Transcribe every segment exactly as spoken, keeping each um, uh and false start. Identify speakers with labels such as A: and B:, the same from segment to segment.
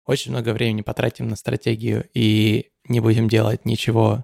A: очень много времени потратим на стратегию и не будем делать ничего.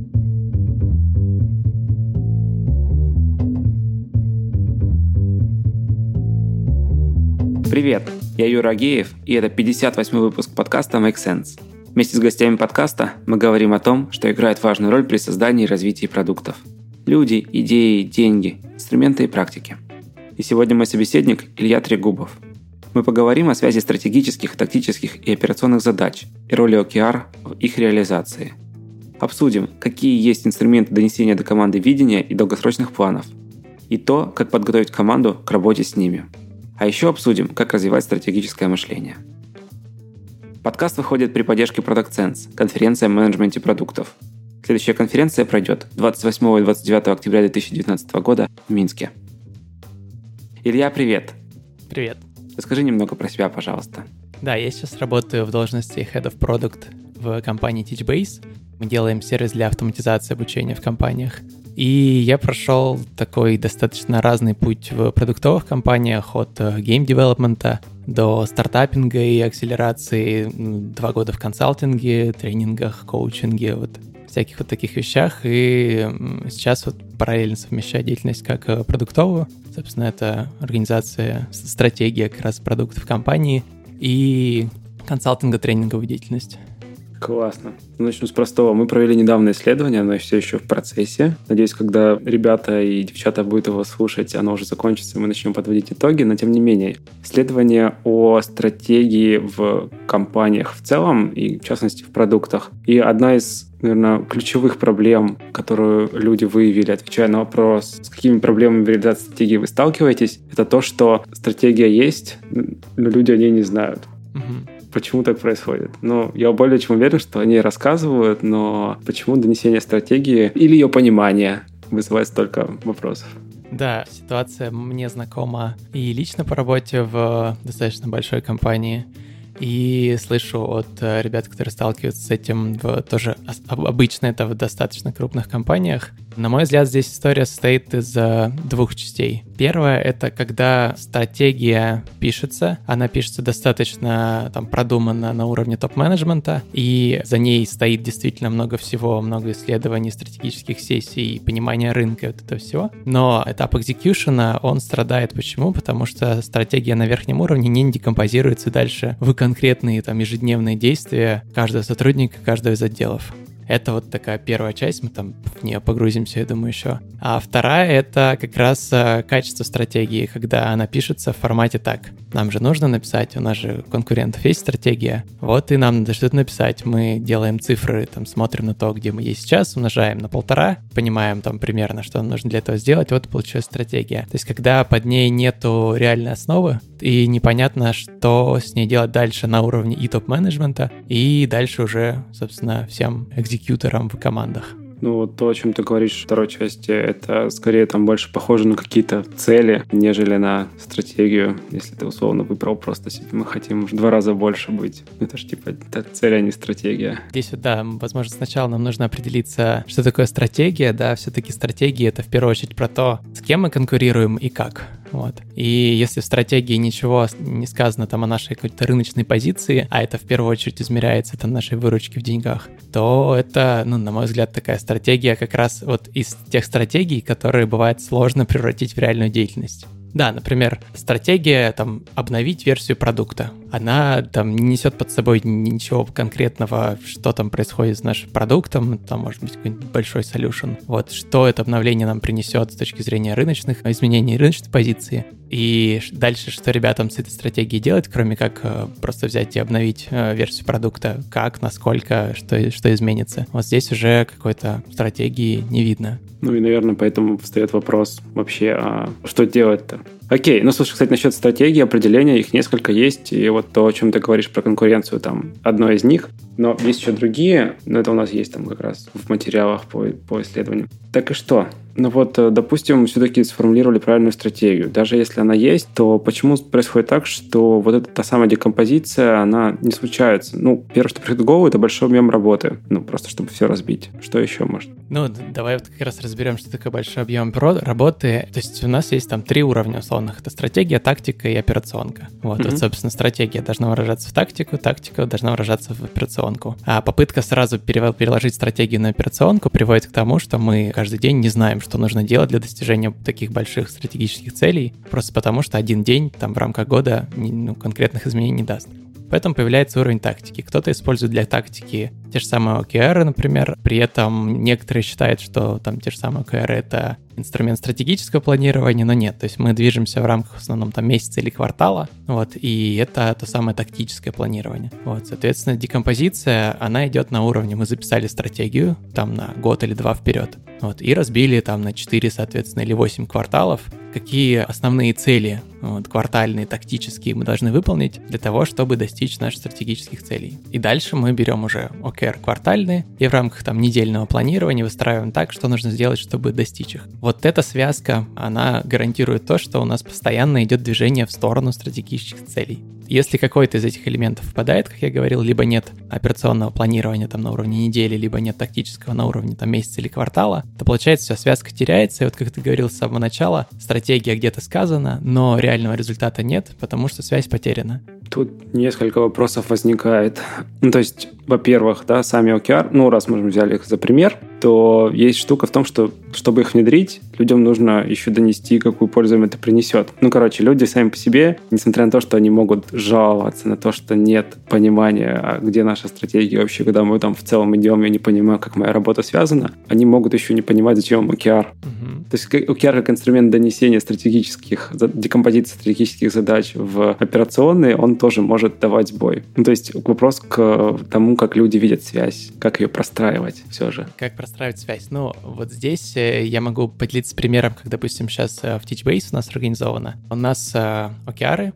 B: Привет, я Юра Агеев, и это пятьдесят восьмой выпуск подкаста Make Sense. Вместе с гостями подкаста мы говорим о том, что играет важную роль при создании и развитии продуктов. Люди, идеи, деньги, инструменты и практики. И сегодня мой собеседник Илья Трегубов. Мы поговорим о связи стратегических, тактических и операционных задач и роли о кей ар в их реализации. Обсудим, какие есть инструменты донесения до команды видения и долгосрочных планов, и то, как подготовить команду к работе с ними. А еще обсудим, как развивать стратегическое мышление. Подкаст выходит при поддержке Product Sense, конференция о менеджменте продуктов. Следующая конференция пройдет двадцать восьмого и двадцать девятого октября две тысячи девятнадцатого года в Минске. Илья, привет!
A: Привет!
B: Расскажи немного про себя, пожалуйста.
A: Да, я сейчас работаю в должности Head of Product в компании Teachbase. Мы делаем сервис для автоматизации обучения в компаниях. И я прошел такой достаточно разный путь в продуктовых компаниях, от гейм-девелопмента до стартапинга и акселерации, два года в консалтинге, тренингах, коучинге, вот всяких вот таких вещах. И сейчас вот параллельно совмещаю деятельность как продуктовую, собственно, это организация, стратегия как раз продуктов компании, и консалтинга, тренинговую деятельность.
B: Классно. Начну с простого. Мы провели недавно исследование, оно все еще в процессе. Надеюсь, когда ребята и девчата будут его слушать, оно уже закончится, и мы начнем подводить итоги. Но тем не менее, исследование о стратегии в компаниях в целом, и в частности в продуктах. И одна из, наверное, ключевых проблем, которую люди выявили, отвечая на вопрос, с какими проблемами в реализации стратегии вы сталкиваетесь, это то, что стратегия есть, но люди о ней не знают.
A: Угу.
B: Почему так происходит? Ну, я более чем уверен, что они рассказывают, но почему донесение стратегии или ее понимание вызывает столько вопросов?
A: Да, ситуация мне знакома и лично по работе в достаточно большой компании, и слышу от ребят, которые сталкиваются с этим в, тоже обычно это в достаточно крупных компаниях. На мой взгляд, здесь история состоит из двух частей. Первое — это когда стратегия пишется, она пишется достаточно там продуманно на уровне топ-менеджмента, и за ней стоит действительно много всего, много исследований, стратегических сессий, понимания рынка, вот этого всего. Но этап экзекьюшена, он страдает. Почему? Потому что стратегия на верхнем уровне не декомпозируется дальше в конкретные там ежедневные действия каждого сотрудника, каждого из отделов. Это вот такая первая часть, мы там в нее погрузимся, я думаю, еще. А вторая — это как раз качество стратегии, когда она пишется в формате так. Нам же нужно написать, у нас же у конкурентов есть стратегия, вот и нам надо что-то написать. Мы делаем цифры, там смотрим на то, где мы есть сейчас, умножаем на полтора, понимаем там примерно, что нам нужно для этого сделать, вот получилась стратегия. То есть когда под ней нету реальной основы, и непонятно, что с ней делать дальше на уровне и топ-менеджмента, и дальше уже, собственно, всем экзекьюторам в командах.
B: Ну, вот то, о чем ты говоришь в второй части, это скорее там больше похоже на какие-то цели, нежели на стратегию. Если ты условно выбрал просто себе, мы хотим в два раза больше быть. Это же типа это цель, а не стратегия.
A: Здесь вот, да, возможно, сначала нам нужно определиться, что такое стратегия, да, все-таки стратегия — это в первую очередь про то, с кем мы конкурируем и как. Вот. И если в стратегии ничего не сказано там о нашей какой-то рыночной позиции, а это в первую очередь измеряется там нашей выручки в деньгах, то это, ну, на мой взгляд, такая стратегия как раз вот из тех стратегий, которые бывает сложно превратить в реальную деятельность. Да, например, стратегия там обновить версию продукта. Она там не несет под собой ничего конкретного, что там происходит с нашим продуктом, там может быть какой-нибудь большой solution. Вот, что это обновление нам принесет с точки зрения рыночных изменений, рыночной позиции. И дальше, что ребятам с этой стратегией делать, кроме как э, просто взять и обновить э, версию продукта, как, насколько, что, что изменится. Вот здесь уже какой-то стратегии не видно.
B: Ну и, наверное, поэтому встает вопрос вообще, а что делать-то? Окей, ну слушай, кстати, насчет стратегии, определения, их несколько есть, и вот то, о чем ты говоришь про конкуренцию, там, одно из них, но есть еще другие, но это у нас есть там как раз в материалах по, по исследованию. Так и что? Ну вот, допустим, все-таки сформулировали правильную стратегию. Даже если она есть, то почему происходит так, что вот эта та самая декомпозиция, она не случается? Ну, первое, что приходит в голову, это большой объем работы. Ну, просто чтобы все разбить. Что еще может?
A: Ну, давай вот как раз разберем, что такое большой объем работы. То есть у нас есть там три уровня условных. Это стратегия, тактика и операционка. Вот, mm-hmm. вот собственно, стратегия должна выражаться в тактику, тактика должна выражаться в операционку. А попытка сразу переложить стратегию на операционку приводит к тому, что мы каждый день не знаем, что нужно делать для достижения таких больших стратегических целей, просто потому что один день там в рамках года ну, конкретных изменений не даст. Поэтому появляется уровень тактики. Кто-то использует для тактики те же самые о кей ар, например. При этом некоторые считают, что там те же самые о кей ар — это инструмент стратегического планирования, но нет. То есть мы движемся в рамках в основном там месяца или квартала, вот, и это то самое тактическое планирование. Вот, соответственно, декомпозиция, она идет на уровне, мы записали стратегию там на год или два вперед, вот, и разбили там на четыре, соответственно, или восемь кварталов, какие основные цели вот, квартальные, тактические мы должны выполнить для того, чтобы достичь наших стратегических целей. И дальше мы берем уже о кей ар квартальные и в рамках там недельного планирования выстраиваем так, что нужно сделать, чтобы достичь их. Вот эта связка, она гарантирует то, что у нас постоянно идет движение в сторону стратегических целей. Если какой-то из этих элементов впадает, как я говорил, либо нет операционного планирования там на уровне недели, либо нет тактического на уровне там месяца или квартала, то получается вся связка теряется, и вот как ты говорил с самого начала, стратегия где-то сказана, но реального результата нет, потому что связь потеряна.
B: Тут несколько вопросов возникает. Ну, то есть, во-первых, да, сами о кей ар, ну, раз мы взяли их за пример, то есть штука в том, что, чтобы их внедрить, людям нужно еще донести, какую пользу им это принесет. Ну, короче, люди сами по себе, несмотря на то, что они могут жаловаться на то, что нет понимания, а где наша стратегия вообще, когда мы там в целом идем, я не понимаю, как моя работа связана, они могут еще не понимать, зачем о кей ар. Угу. То есть о кей ар как инструмент донесения стратегических, декомпозиции стратегических задач в операционные, он тоже может давать сбой. Ну, то есть вопрос к тому, как люди видят связь, как ее простраивать все же.
A: Как простраивать связь? Ну, вот здесь я могу поделиться примером, как, допустим, сейчас в Teachbase у нас организовано. У нас о кей ар,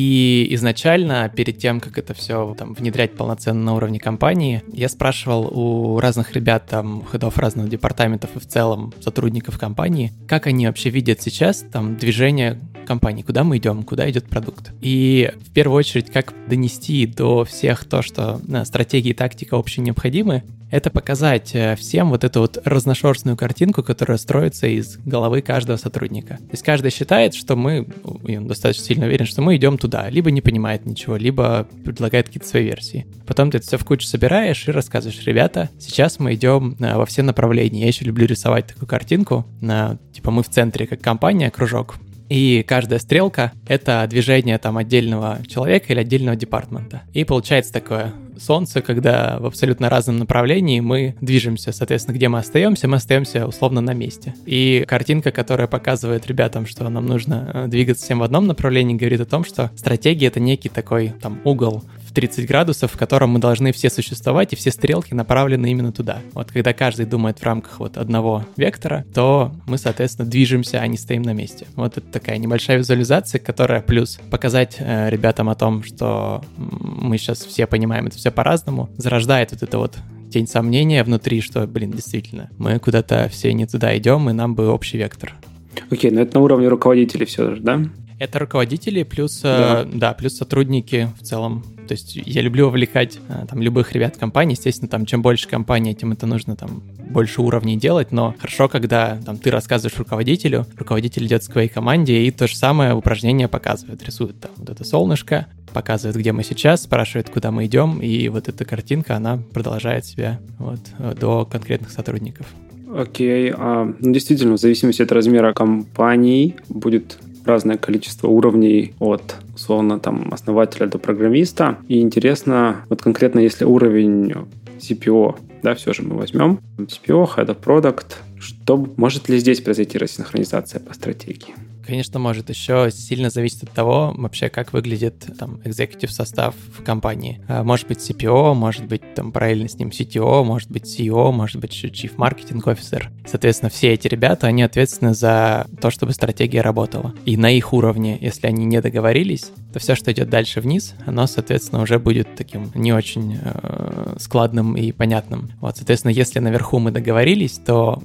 A: и изначально, перед тем, как это все там внедрять полноценно на уровне компании, я спрашивал у разных ребят, там, хедов разных департаментов и в целом сотрудников компании, как они вообще видят сейчас там движение компании, куда мы идем, куда идет продукт. И в первую очередь, как донести до всех то, что да, стратегия и тактика общенеобходимы, это показать всем вот эту вот разношерстную картинку, которая строится из головы каждого сотрудника. То есть каждый считает, что мы, и он достаточно сильно уверен, что мы идем туда, либо не понимает ничего, либо предлагает какие-то свои версии. Потом ты это все в кучу собираешь и рассказываешь: ребята, сейчас мы идем во все направления. Я еще люблю рисовать такую картинку, на, типа мы в центре как компания, кружок, и каждая стрелка — это движение там отдельного человека или отдельного департамента. И получается такое солнце, когда в абсолютно разном направлении мы движемся. Соответственно, где мы остаемся? Мы остаемся условно на месте. И картинка, которая показывает ребятам, что нам нужно двигаться всем в одном направлении, говорит о том, что стратегия — это некий такой там угол в тридцать градусов, в котором мы должны все существовать, и все стрелки направлены именно туда. Вот когда каждый думает в рамках вот одного вектора, то мы, соответственно, движемся, а не стоим на месте. Вот это такая небольшая визуализация, которая плюс показать э, ребятам о том, что мы сейчас все понимаем это все по-разному, зарождает вот это вот тень сомнения внутри, что, блин, действительно, мы куда-то все не туда идем, и нам бы общий вектор.
B: Окей, но это на уровне руководителей все же, да?
A: Это руководители плюс, да. Э, да, плюс сотрудники в целом. То есть я люблю вовлекать там любых ребят в компании. Естественно, там чем больше компания, тем это нужно там больше уровней делать, но хорошо, когда там ты рассказываешь руководителю, руководитель идет к своей команде и то же самое упражнение показывает, рисует там вот это солнышко, показывает, где мы сейчас, спрашивает, куда мы идем, и вот эта картинка, она продолжает себя вот до конкретных сотрудников.
B: Окей, а, ну, действительно, в зависимости от размера компании будет разное количество уровней от, условно, там, основателя до программиста. И интересно, вот конкретно если уровень си пи о, да, все же мы возьмем, си пи о, Head of Product, что, может ли здесь произойти рассинхронизация по стратегии?
A: Конечно, может. Еще сильно зависит от того, вообще, как выглядит там экзекутив состав в компании. Может быть си пи о, может быть там параллельно с ним си ти о, может быть си и о, может быть Chief Marketing Officer. Соответственно, все эти ребята, они ответственны за то, чтобы стратегия работала. И на их уровне, если они не договорились, то все, что идет дальше вниз, оно, соответственно, уже будет таким не очень э, складным и понятным. Вот, соответственно, если наверху мы договорились, то си пи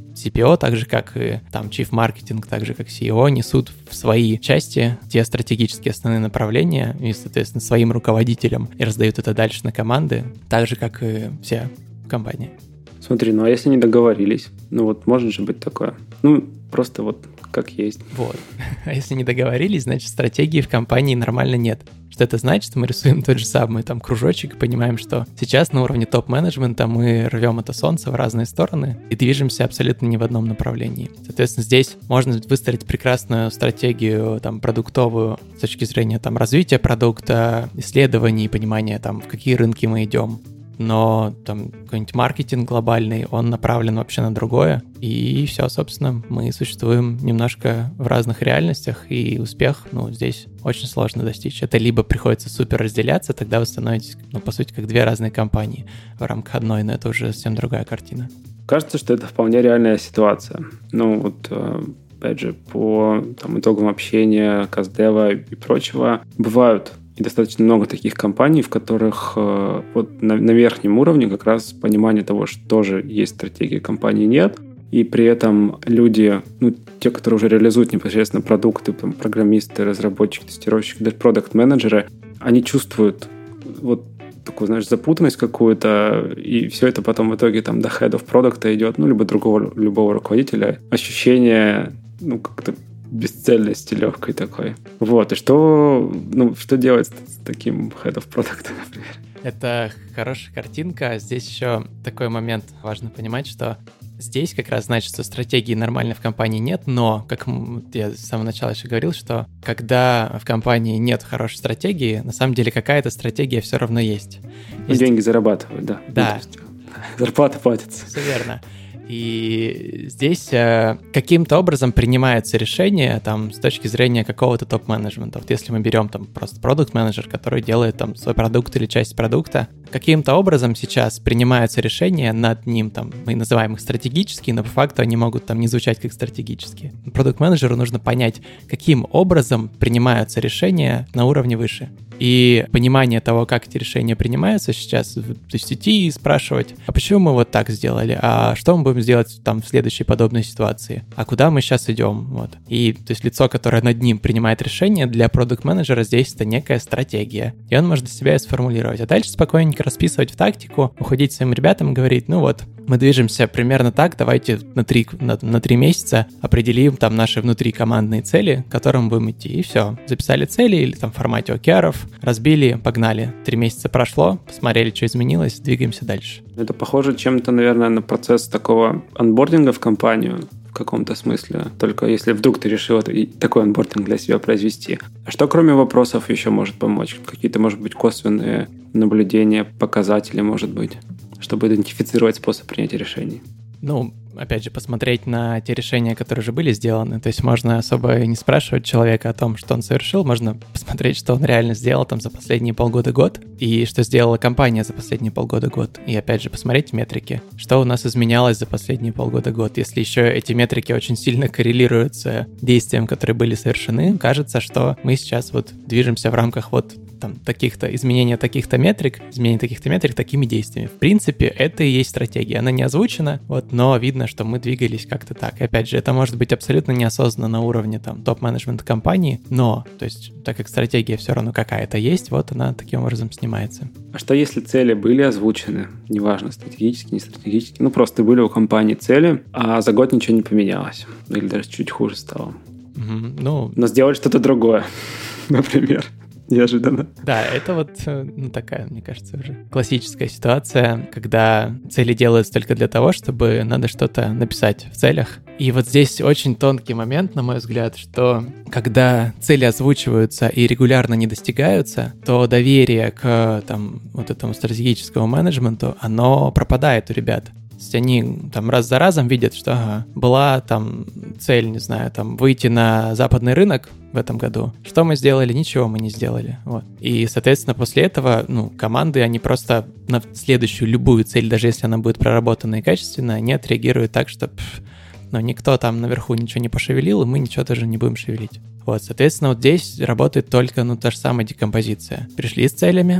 A: о, так же, как и там Chief Marketing, так же, как си и о, несут в свои части те стратегические основные направления и, соответственно, своим руководителям и раздают это дальше на команды, так же, как и все компании.
B: Смотри, ну а если не договорились? Ну вот может же быть такое. Ну, просто вот как есть.
A: Вот. А если не договорились, значит, стратегии в компании нормально нет. Что это значит? Мы рисуем тот же самый там кружочек и понимаем, что сейчас на уровне топ-менеджмента мы рвем это солнце в разные стороны и движемся абсолютно не в одном направлении. Соответственно, здесь можно выстроить прекрасную стратегию там продуктовую с точки зрения там развития продукта, исследований, понимания там, в какие рынки мы идем. Но там какой-нибудь маркетинг глобальный, он направлен вообще на другое. И все, собственно, мы существуем немножко в разных реальностях, и успех, ну, здесь очень сложно достичь. Это либо приходится супер разделяться, тогда вы становитесь, ну, по сути, как две разные компании в рамках одной, но это уже совсем другая картина.
B: Кажется, что это вполне реальная ситуация. Ну, вот, опять же, по там, итогам общения, каздева и прочего, бывают и достаточно много таких компаний, в которых э, вот на, на верхнем уровне как раз понимание того, что тоже есть стратегия компании, нет. И при этом люди, ну, те, которые уже реализуют непосредственно продукты, там, программисты, разработчики, тестировщики, даже продакт-менеджеры, они чувствуют вот такую, знаешь, запутанность какую-то, и все это потом в итоге там до head of product идет, ну, либо другого, любого руководителя. Ощущение, ну, как-то бесцельности легкой такой. Вот, и что, ну, что делать с таким head of product, например?
A: Это хорошая картинка. Здесь еще такой момент важно понимать, что здесь как раз значит, что стратегии нормально в компании нет, но, как я с самого начала еще говорил, что когда в компании нет хорошей стратегии, на самом деле какая-то стратегия все равно есть. есть...
B: Деньги зарабатывают, да.
A: Да.
B: Зарплата платится.
A: Все верно. И здесь э, каким-то образом принимается решение там, с точки зрения какого-то топ-менеджмента. Вот если мы берем там просто продукт-менеджер, который делает там свой продукт или часть продукта, каким-то образом сейчас принимаются решения над ним, там, мы называем их стратегические, но по факту они могут там не звучать как стратегические. Продукт-менеджеру нужно понять, каким образом принимаются решения на уровне выше. И понимание того, как эти решения принимаются сейчас, то есть идти и спрашивать, а почему мы вот так сделали, а что мы будем сделать там в следующей подобной ситуации, а куда мы сейчас идем, вот. И то есть лицо, которое над ним принимает решение, для продукт-менеджера здесь это некая стратегия, и он может для себя ее сформулировать, а дальше спокойненько расписывать в тактику, уходить своим ребятам и говорить, ну вот, мы движемся примерно так, давайте на три, на, на три месяца определим там наши внутрикомандные цели, к которым будем идти, и все. Записали цели или там в формате о кей ар-ов, разбили, погнали. Три месяца прошло, посмотрели, что изменилось, двигаемся дальше.
B: Это похоже чем-то, наверное, на процесс такого анбординга в компанию в каком-то смысле, только если вдруг ты решил такой анбординг для себя произвести. А что кроме вопросов еще может помочь? Какие-то, может быть, косвенные наблюдения, показатели, может быть, чтобы идентифицировать способ принятия решений?
A: Ну, опять же, посмотреть на те решения, которые уже были сделаны. То есть можно особо не спрашивать человека о том, что он совершил, можно посмотреть, что он реально сделал там за последние полгода-год, и что сделала компания за последние полгода-год. И опять же, посмотреть метрики, что у нас изменялось за последние полгода-год. Если еще эти метрики очень сильно коррелируют с действием, которые были совершены, кажется, что мы сейчас вот движемся в рамках вот там таких-то изменения таких-то метрик, изменения таких-то метрик такими действиями. В принципе, это и есть стратегия. Она не озвучена, вот, но видно, что мы двигались как-то так. И опять же, это может быть абсолютно неосознанно на уровне там топ-менеджмента компании, но, то есть, так как стратегия все равно какая-то есть, вот она таким образом снимается.
B: А что если цели были озвучены, неважно, стратегически, не стратегически, ну просто были у компании цели, а за год ничего не поменялось, или даже чуть хуже стало?
A: Mm-hmm, ну...
B: Но сделали что-то другое, например. Неожиданно.
A: Да, это вот ну, такая, мне кажется, уже классическая ситуация, когда цели делаются только для того, чтобы надо что-то написать в целях. И вот здесь очень тонкий момент, на мой взгляд, что когда цели озвучиваются и регулярно не достигаются, то доверие к там, вот этому стратегическому менеджменту, оно пропадает у ребят. То есть они там раз за разом видят, что ага, была там цель, не знаю, там выйти на западный рынок в этом году. Что мы сделали? Ничего мы не сделали. Вот. И, соответственно, после этого, ну, команды, они просто на следующую любую цель, даже если она будет проработана и качественная, они отреагируют так, что пф, ну, никто там наверху ничего не пошевелил, и мы ничего даже не будем шевелить. Вот, соответственно, вот здесь работает только, ну, та же самая декомпозиция. Пришли с целями,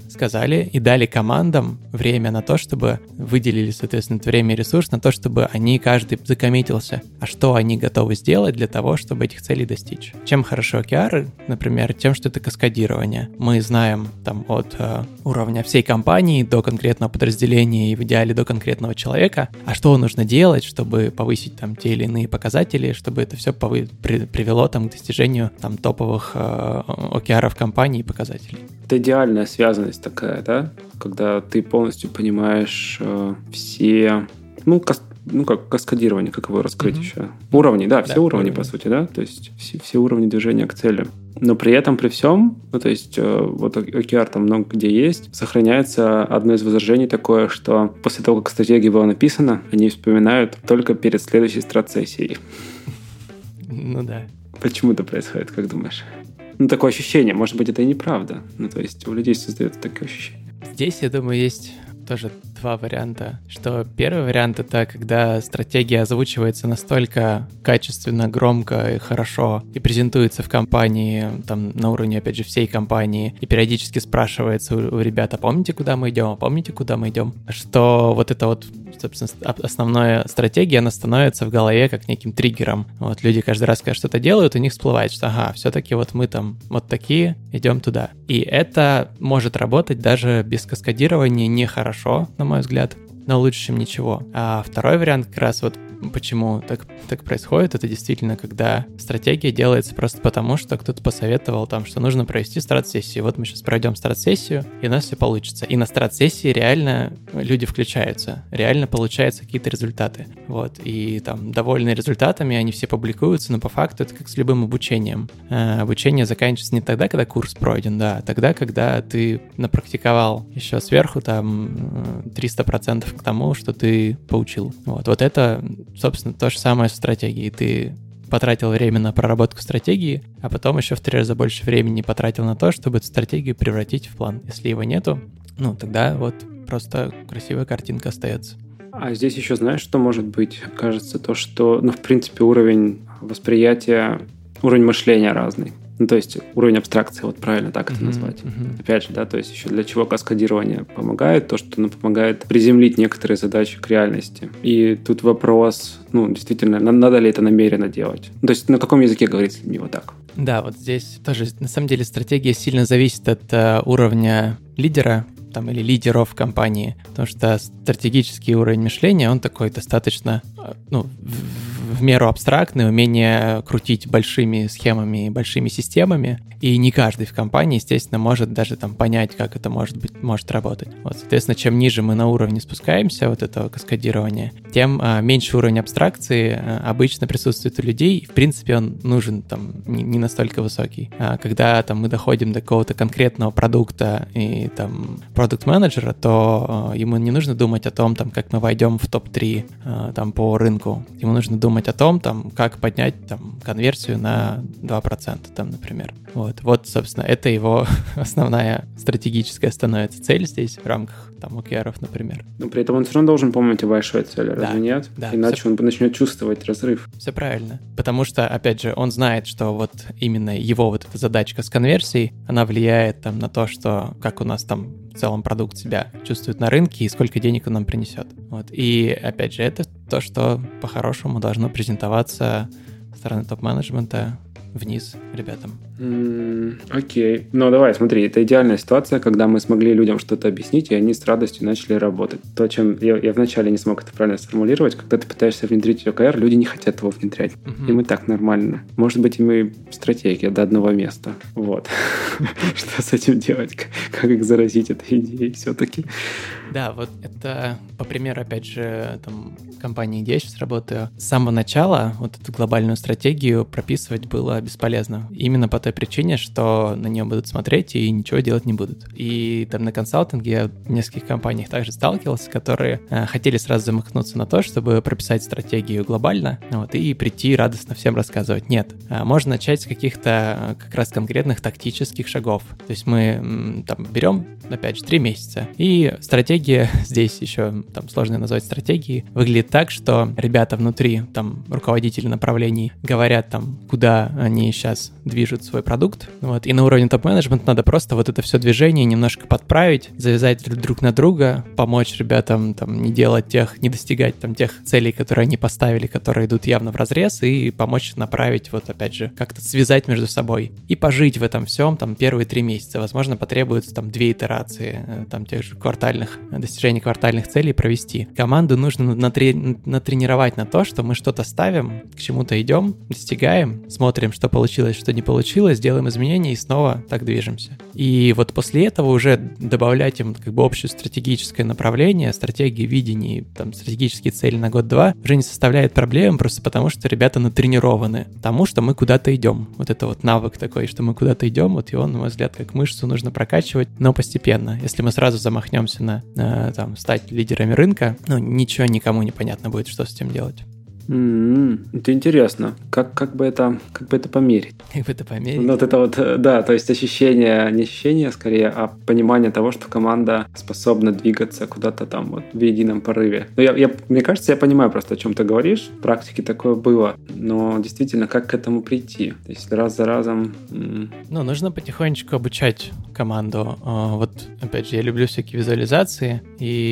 A: сказали и дали командам время на то, чтобы выделили, соответственно, это время и ресурс на то, чтобы они каждый закоммитился, а что они готовы сделать для того, чтобы этих целей достичь. Чем хорошо о кей ар, например, тем, что это каскадирование. Мы знаем там от э, уровня всей компании до конкретного подразделения и в идеале до конкретного человека, а что нужно делать, чтобы повысить там те или иные показатели, чтобы это все повы- при- привело там к достижению там топовых э, о кей ар-ов компании и показателей.
B: Это идеальная связанность такая, да? Когда ты полностью понимаешь э, все, ну, кас, ну, как каскадирование, как его раскрыть mm-hmm. еще? Уровни, да, все да, уровни, уровни, по сути, да? То есть все, все уровни движения к цели. Но при этом, при всем, ну, то есть э, вот о кей ар там много где есть, сохраняется одно из возражений такое, что после того, как стратегия была написана, они вспоминают только перед следующей страт-сессией.
A: Ну да.
B: Почему это происходит, как думаешь? Ну, такое ощущение, может быть, это и неправда. Ну, то есть у людей создается такое ощущение.
A: Здесь, я думаю, есть тоже два варианта. Что первый вариант — это когда стратегия озвучивается настолько качественно, громко и хорошо и презентуется в компании, там, на уровне, опять же, всей компании, и периодически спрашивается у, у ребят: а помните, куда мы идем, а помните, куда мы идем? Что вот это вот, собственно, основная стратегия, она становится в голове как неким триггером. Вот люди каждый раз, когда что-то делают, у них всплывает, что ага, все-таки вот мы там вот такие, идем туда. И это может работать даже без каскадирования нехорошо, на мой взгляд, но лучше, чем ничего. А второй вариант как раз вот почему так, так происходит, это действительно, когда стратегия делается просто потому, что кто-то посоветовал там, что нужно провести старт-сессию. Вот мы сейчас пройдем старт-сессию, и у нас все получится. И на старт-сессии реально люди включаются, реально получаются какие-то результаты. Вот. И там, довольные результатами, они все публикуются, но по факту это как с любым обучением. А, обучение заканчивается не тогда, когда курс пройден, да, а тогда, когда ты напрактиковал еще сверху там триста процентов к тому, что ты поучил. Вот, вот это, собственно, то же самое с стратегией. Ты потратил время на проработку стратегии, а потом еще в три раза больше времени потратил на то, чтобы эту стратегию превратить в план. Если его нету, ну, тогда вот просто красивая картинка остается.
B: А здесь еще знаешь, что может быть? Кажется, то, что, ну, в принципе, уровень восприятия, уровень мышления разный. Ну, то есть уровень абстракции, вот правильно так это mm-hmm, назвать. Mm-hmm. Опять же, да, то есть еще для чего каскадирование помогает, то, что оно помогает приземлить некоторые задачи к реальности. И тут вопрос, ну, действительно, надо ли это намеренно делать? Ну, то есть на каком языке говорить с людьми вот так?
A: Да, вот здесь тоже, на самом деле, стратегия сильно зависит от uh, уровня лидера, там, или лидеров компании, потому что стратегический уровень мышления, он такой достаточно, ну, в, в меру абстрактный, умение крутить большими схемами и большими системами, и не каждый в компании, естественно, может даже там понять, как это может быть, может работать. Вот, соответственно, чем ниже мы на уровне спускаемся, вот этого каскадирования, тем а, меньше уровень абстракции а, обычно присутствует у людей, и, в принципе, он нужен там не, не настолько высокий. А когда там мы доходим до какого-то конкретного продукта и там продукт-менеджера, то э, ему не нужно думать о том, там, как мы войдем в топ три э, там, по рынку. Ему нужно думать о том, там, как поднять там, конверсию на два процента, там, например. Вот. вот, собственно, это его основная стратегическая становится цель здесь в рамках там, о кей ар-ов, например.
B: Но при этом он все равно должен помнить о большой цели,
A: да,
B: разве нет?
A: Да,
B: иначе
A: все...
B: он начнет чувствовать разрыв.
A: Все правильно. Потому что, опять же, он знает, что вот именно его вот эта задачка с конверсией, она влияет там, на то, что как у нас там в целом продукт себя чувствует на рынке и сколько денег он нам принесет. Вот. И, опять же, это то, что по-хорошему должно презентоваться со стороны топ-менеджмента вниз ребятам.
B: Mm, окей. Ну, давай, смотри, это идеальная ситуация, когда мы смогли людям что-то объяснить, и они с радостью начали работать. То, чем я, я вначале не смог это правильно сформулировать, когда ты пытаешься внедрить о кей ар, люди не хотят его внедрять. Uh-huh. Им и так нормально. Может быть, им и стратегия до одного места. Вот. Что с этим делать? Как их заразить этой идеей все-таки?
A: Да, вот это по примеру, опять же, там, компании, где я сейчас работаю. С самого начала вот эту глобальную стратегию прописывать было бесполезно. Именно по той причине, что на нее будут смотреть и ничего делать не будут. И там на консалтинге я в нескольких компаниях также сталкивался, которые э, хотели сразу замахнуться на то, чтобы прописать стратегию глобально, вот, и прийти радостно всем рассказывать. Нет. А можно начать с каких-то как раз конкретных тактических шагов. То есть мы м, там берем, опять же, три месяца, и стратегия здесь еще там сложно назвать стратегией, выглядит так, что ребята внутри, там, руководители направлений говорят там, куда они сейчас движут свой свой продукт, вот, и на уровне топ-менеджмента надо просто вот это все движение немножко подправить, завязать друг на друга, помочь ребятам там не делать тех, не достигать там тех целей, которые они поставили, которые идут явно в разрез, и помочь направить, вот опять же, как-то связать между собой и пожить в этом всем там первые три месяца. Возможно, потребуется там две итерации, там тех же квартальных, достижений квартальных целей провести. Команду нужно натре- натренировать на то, что мы что-то ставим, к чему-то идем, достигаем, смотрим, что получилось, что не получилось, делаем изменения и снова так движемся. И вот после этого уже добавлять им как бы общее стратегическое направление, стратегии видения, там, стратегические цели на год-два уже не составляет проблем, просто потому что ребята натренированы тому, что мы куда-то идем. Вот это вот навык такой, что мы куда-то идем, вот его, на мой взгляд, как мышцу нужно прокачивать, но постепенно. Если мы сразу замахнемся на, на там, стать лидерами рынка, ну, ничего никому не понятно будет, что с этим делать.
B: Mm-hmm. Это интересно. Как, как, бы это, как бы это померить?
A: Как бы это померить?
B: Ну, вот это вот, да, то есть ощущение, не ощущение скорее, а понимание того, что команда способна двигаться куда-то там вот в едином порыве. Ну, я, я, мне кажется, я понимаю просто, о чем ты говоришь. В практике такое было. Но действительно, как к этому прийти? То есть раз за разом... М-
A: ну, нужно потихонечку обучать команду. Вот, опять же, я люблю всякие визуализации,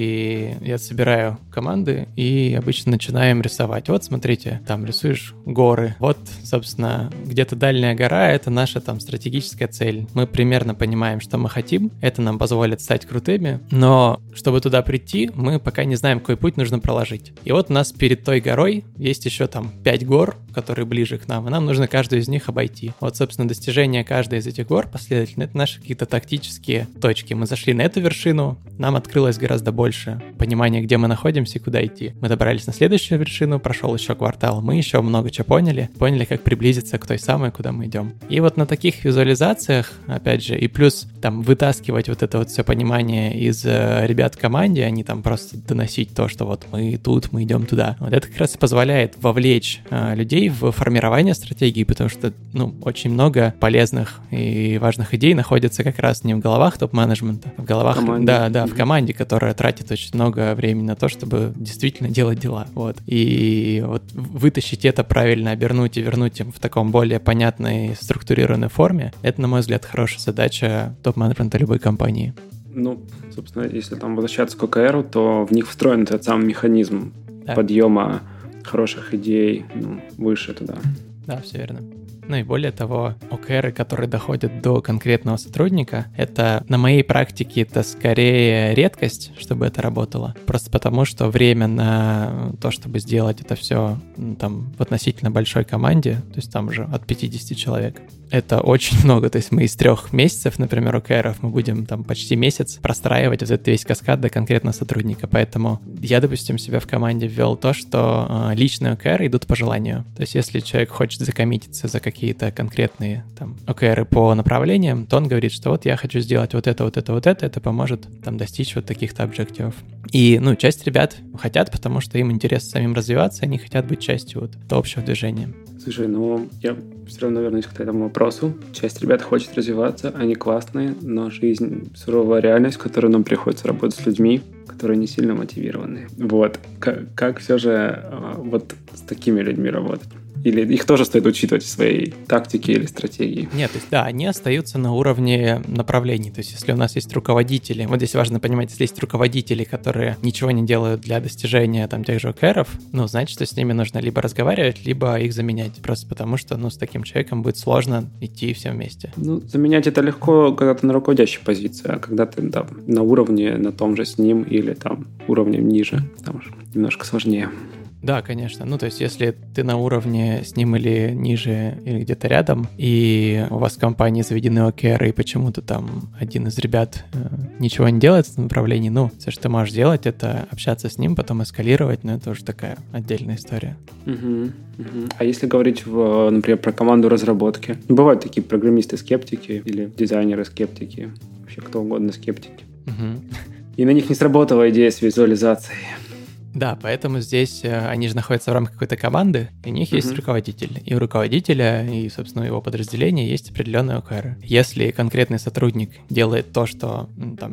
A: и я собираю команды и обычно начинаем рисовать. Вот, смотрите, там рисуешь горы. Вот, собственно, где-то дальняя гора — это наша там стратегическая цель. Мы примерно понимаем, что мы хотим. Это нам позволит стать крутыми. Но чтобы туда прийти, мы пока не знаем, какой путь нужно проложить. И вот у нас перед той горой есть еще там пять гор, которые ближе к нам, и нам нужно каждую из них обойти. Вот, собственно, достижение каждой из этих гор последовательно — это наши какие-то тактические точки. Мы зашли на эту вершину, нам открылось гораздо больше понимания, где мы находимся и куда идти. Мы добрались на следующую вершину, прошел еще квартал, мы еще много чего поняли, поняли, как приблизиться к той самой, куда мы идем. И вот на таких визуализациях, опять же, и плюс там вытаскивать вот это вот все понимание из э, ребят в команде, а не там просто доносить то, что вот мы тут, мы идем туда. Вот это как раз и позволяет вовлечь э, людей в формирование стратегии, потому что, ну, очень много полезных и важных идей находится как раз не в головах топ-менеджмента, а в головах, да, да, в команде, которая тратит очень много времени на то, чтобы действительно делать дела. Вот. И вот вытащить это правильно, обернуть и вернуть им в таком более понятной, структурированной форме, это, на мой взгляд, хорошая задача топ-менеджмента любой компании.
B: Ну, собственно, если там возвращаться к о ка эр, то в них встроен этот самый механизм да. подъема хороших идей, ну, выше туда.
A: Да, все верно. Ну и более того, о ка эр, которые доходят до конкретного сотрудника, это на моей практике это скорее редкость, чтобы это работало. Просто потому, что время на то, чтобы сделать это все там в относительно большой команде, то есть там уже от пятидесяти человек, это очень много. То есть мы из трех месяцев, например, о ка эров, мы будем там почти месяц простраивать вот этот весь каскад до конкретного сотрудника. Поэтому я, допустим, себя в команде ввел то, что э, личные о ка эры идут по желанию. То есть если человек хочет закоммититься за какие-то конкретные там о ка эры по направлениям, то он говорит, что вот я хочу сделать вот это, вот это, вот это, это поможет там достичь вот таких-то объективов. И, ну, часть ребят хотят, потому что им интересно самим развиваться, они хотят быть частью вот этого общего движения.
B: Слушай, ну, я все равно вернусь к этому вопросу. Часть ребят хочет развиваться, они классные, но жизнь — суровая реальность, в которой нам приходится работать с людьми, которые не сильно мотивированы. Вот. Как, как все же вот с такими людьми работать? Или их тоже стоит учитывать в своей тактике или стратегии?
A: Нет, то есть, да, они остаются на уровне направлений. То есть, если у нас есть руководители, вот здесь важно понимать, если есть руководители, которые ничего не делают для достижения там тех же о ка эров, ну, значит, что с ними нужно либо разговаривать, либо их заменять. Просто потому что, ну, с таким человеком будет сложно идти все вместе.
B: Ну, заменять это легко, когда ты на руководящей позиции, а когда ты там на уровне, на том же с ним или там уровнем ниже, там уже немножко сложнее.
A: Да, конечно. Ну, то есть, если ты на уровне с ним или ниже, или где-то рядом, и у вас в компании заведены о ка эры, и почему-то там один из ребят э, ничего не делает в этом направлении, ну, все, что ты можешь делать, это общаться с ним, потом эскалировать, но это уже такая отдельная история.
B: Угу, угу. А если говорить, в, например, про команду разработки? Бывают такие программисты-скептики или дизайнеры-скептики, вообще кто угодно скептики.
A: Угу.
B: И на них не сработала идея с визуализацией.
A: Да, поэтому здесь они же находятся в рамках какой-то команды, и у них uh-huh. есть руководитель. И у руководителя, и, собственно, у его подразделения есть определенные о ка эры. Если конкретный сотрудник делает то, что там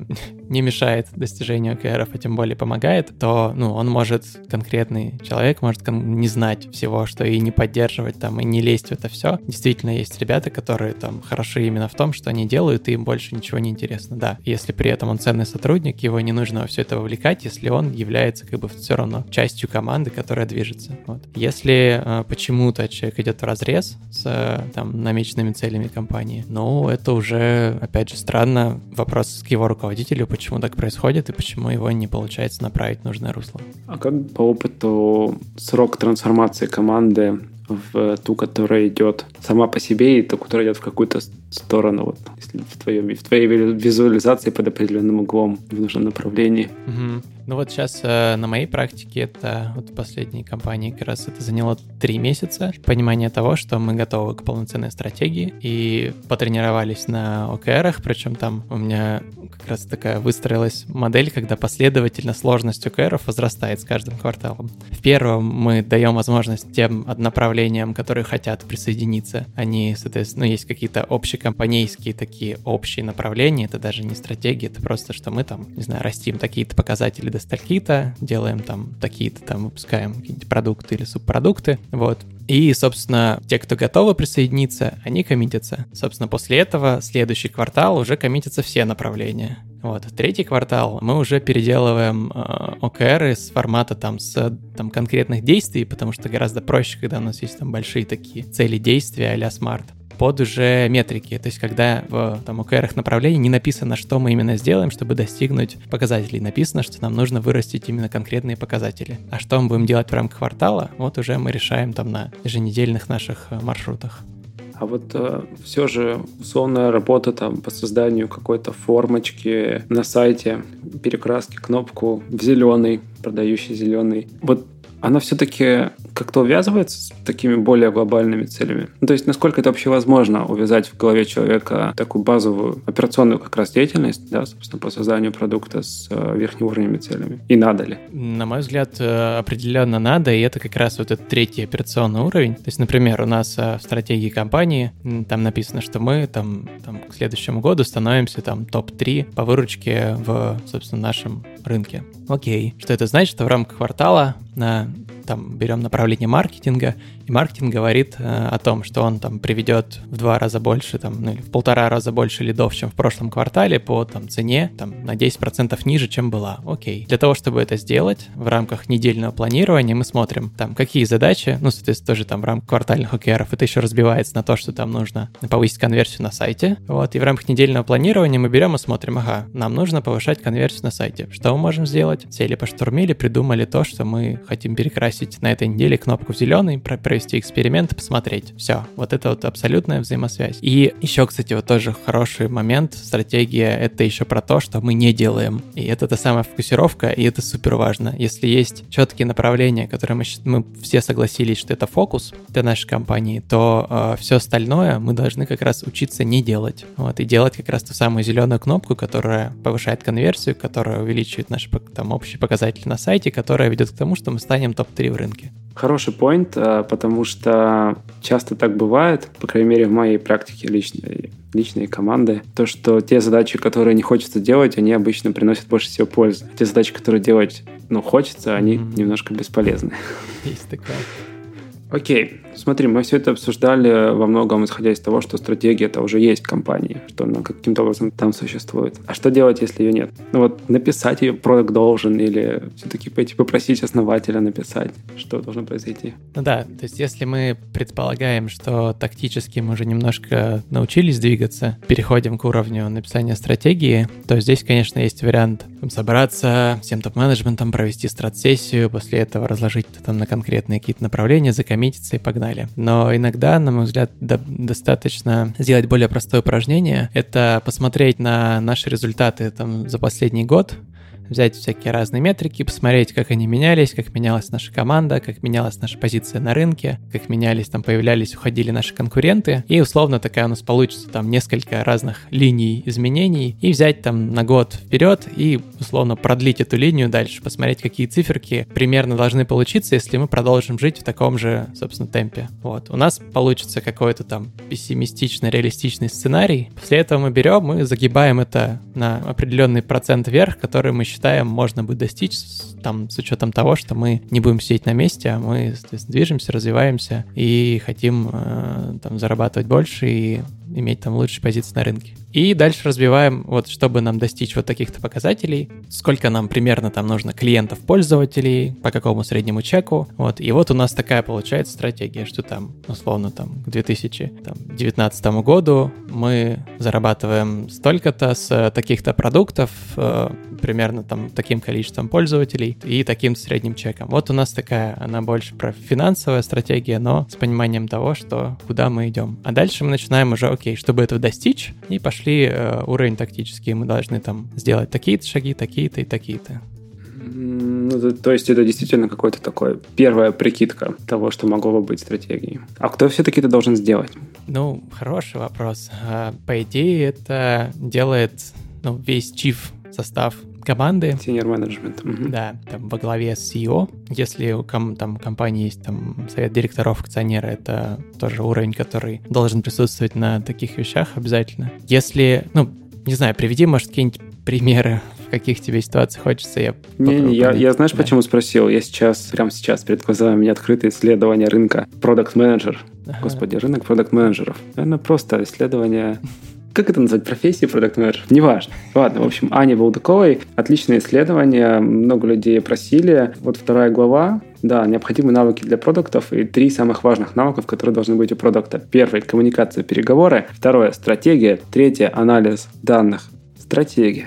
A: не мешает достижению ОКРов, а тем более помогает, то, ну, он может, конкретный человек может кон- не знать всего, что и не поддерживать там, и не лезть в это все. Действительно, есть ребята, которые там хороши именно в том, что они делают, и им больше ничего не интересно. Да, если при этом он ценный сотрудник, его не нужно во все это вовлекать, если он является как бы все равно частью команды, которая движется. Вот. Если э, почему-то человек идет в разрез с э, там намеченными целями компании, ну, это уже, опять же, странно. Вопрос к его руководителю, почему так происходит и почему его не получается направить в нужное русло.
B: А как по опыту срок трансформации команды в ту, которая идет сама по себе, и ту, которая идет в какую-то сторону, вот, если в, твоем, в твоей визуализации под определенным углом в нужном направлении?
A: Угу. Ну вот сейчас э, на моей практике, это вот в последней компании как раз это заняло три месяца. Понимание того, что мы готовы к полноценной стратегии и потренировались на ОКРах, причем там у меня как раз такая выстроилась модель, когда последовательно сложность ОКРов возрастает с каждым кварталом. В первом мы даем возможность тем направлениям, которые хотят присоединиться. Они, соответственно, ну, есть какие-то общекомпанейские такие общие направления, это даже не стратегия, это просто, что мы там, не знаю, растим такие-то показатели до стальки-то, делаем там такие-то, там выпускаем какие-нибудь продукты или субпродукты, вот. И, собственно, те, кто готовы присоединиться, они коммитятся. Собственно, после этого следующий квартал уже коммитятся все направления. Вот. Третий квартал мы уже переделываем э, ОКРы с формата там с там, конкретных действий, потому что гораздо проще, когда у нас есть там большие такие цели действия а-ля смарт, под уже метрики, то есть когда в там, ОКРах направлений не написано, что мы именно сделаем, чтобы достигнуть показателей, написано, что нам нужно вырастить именно конкретные показатели. А что мы будем делать в рамках квартала, вот уже мы решаем там на еженедельных наших маршрутах.
B: А вот э, все же условная работа там по созданию какой-то формочки на сайте, перекраски кнопку в зеленый, продающий зеленый. Вот она все-таки как-то увязывается с такими более глобальными целями? Ну, то есть, насколько это вообще возможно увязать в голове человека такую базовую операционную как раз деятельность, да, собственно, по созданию продукта с э, верхнеуровневыми целями? И надо ли?
A: На мой взгляд, определенно надо, и это как раз вот этот третий операционный уровень. То есть, например, у нас в стратегии компании там написано, что мы там, там к следующему году становимся там топ три по выручке в, собственно, нашем рынке. Окей. Что это значит? Что в рамках квартала на там берем направление маркетинга, и маркетинг говорит э, о том, что он там приведет в два раза больше, там, ну, или в полтора раза больше лидов, чем в прошлом квартале по там, цене там, на десять процентов ниже, чем была. Окей. Для того, чтобы это сделать, в рамках недельного планирования мы смотрим, там, какие задачи, ну, соответственно, тоже там в рамках квартальных ОКРов, это еще разбивается на то, что там нужно повысить конверсию на сайте, вот, и в рамках недельного планирования мы берем и смотрим, ага, нам нужно повышать конверсию на сайте. Что мы можем сделать? Сели, поштурмили, придумали то, что мы хотим перекрасить на этой неделе кнопку в зеленый, провести эксперимент, посмотреть. Все. Вот это вот абсолютная взаимосвязь. И еще, кстати, вот тоже хороший момент. Стратегия — это еще про то, что мы не делаем. И это та самая фокусировка, и это супер важно. Если есть четкие направления, которые мы, мы все согласились, что это фокус для нашей компании, то э, все остальное мы должны как раз учиться не делать. Вот, и делать как раз ту самую зеленую кнопку, которая повышает конверсию, которая увеличивает наши там, общие показатели на сайте, которая ведет к тому, что мы станем топ три в рынке.
B: Хороший поинт, потому что часто так бывает, по крайней мере в моей практике личной, личной команды, то, что те задачи, которые не хочется делать, они обычно приносят больше всего пользы. А те задачи, которые делать, ну, хочется, они mm-hmm. немножко бесполезны.
A: Есть такое.
B: Окей, смотри, мы все это обсуждали во многом исходя из того, что стратегия это уже есть в компании, что она каким-то образом там существует. А что делать, если ее нет? Ну вот написать ее продакт должен или все-таки пойти попросить основателя написать? Что должно произойти?
A: Ну да, то есть если мы предполагаем, что тактически мы уже немножко научились двигаться, переходим к уровню написания стратегии, то здесь, конечно, есть вариант там, собраться, всем топ-менеджментом провести страт-сессию, после этого разложить это там на конкретные какие-то направления, закоммититься и погнали. Но иногда, на мой взгляд, до- достаточно сделать более простое упражнение. Это посмотреть на наши результаты там, за последний год, взять всякие разные метрики, посмотреть, как они менялись, как менялась наша команда, как менялась наша позиция на рынке, как менялись, там появлялись, уходили наши конкуренты, и условно такая у нас получится там несколько разных линий изменений, и взять там на год вперед и условно продлить эту линию дальше, посмотреть, какие циферки примерно должны получиться, если мы продолжим жить в таком же, собственно, темпе. Вот. У нас получится какой-то там пессимистичный, реалистичный сценарий. После этого мы берем и загибаем это на определенный процент вверх, который мы считаем можно будет достичь там, с учетом того, что мы не будем сидеть на месте, а мы, соответственно, движемся, развиваемся и хотим э, там зарабатывать больше и иметь там лучшие позиции на рынке. И дальше разбиваем, вот, чтобы нам достичь вот таких-то показателей, сколько нам примерно там нужно клиентов-пользователей, по какому среднему чеку, вот, и вот у нас такая получается стратегия, что там, условно, там, к две тысячи девятнадцатому году мы зарабатываем столько-то с таких-то продуктов, э, примерно там таким количеством пользователей и таким средним чеком. Вот у нас такая, она больше про финансовая стратегия, но с пониманием того, что куда мы идем. А дальше мы начинаем уже, окей, чтобы этого достичь, и пошли э, уровень тактический. Мы должны там сделать такие-то шаги, такие-то и такие-то.
B: Ну, то, то есть это действительно какой-то такой первая прикидка того, что могло бы быть стратегией. А кто все-таки это должен сделать?
A: Ну, хороший вопрос. По идее, это делает ну, весь chief состав команды.
B: Senior management. Угу.
A: Да, там во главе с си и о. Если у ком, там, компании есть там, совет директоров, акционеры, это тоже уровень, который должен присутствовать на таких вещах обязательно. Если, ну, не знаю, приведи, может, какие-нибудь примеры, в каких тебе ситуации хочется. Я
B: не, не, я, я знаешь, да. почему спросил? Я сейчас, прямо сейчас, перед глазами у меня открыто исследование рынка Product Manager. Ага. Господи, рынок Product Manager'ов. Наверное, просто исследование... Как это назвать? Профессия продакт-менеджер? Неважно. Ладно, в общем, Ани Булдаковой. Отличное исследование. Много людей просили. Вот вторая глава. Да, необходимые навыки для продуктов и три самых важных навыков, которые должны быть у продукта. Первый – коммуникация, переговоры. Второе – стратегия. Третье – анализ данных. Стратегия.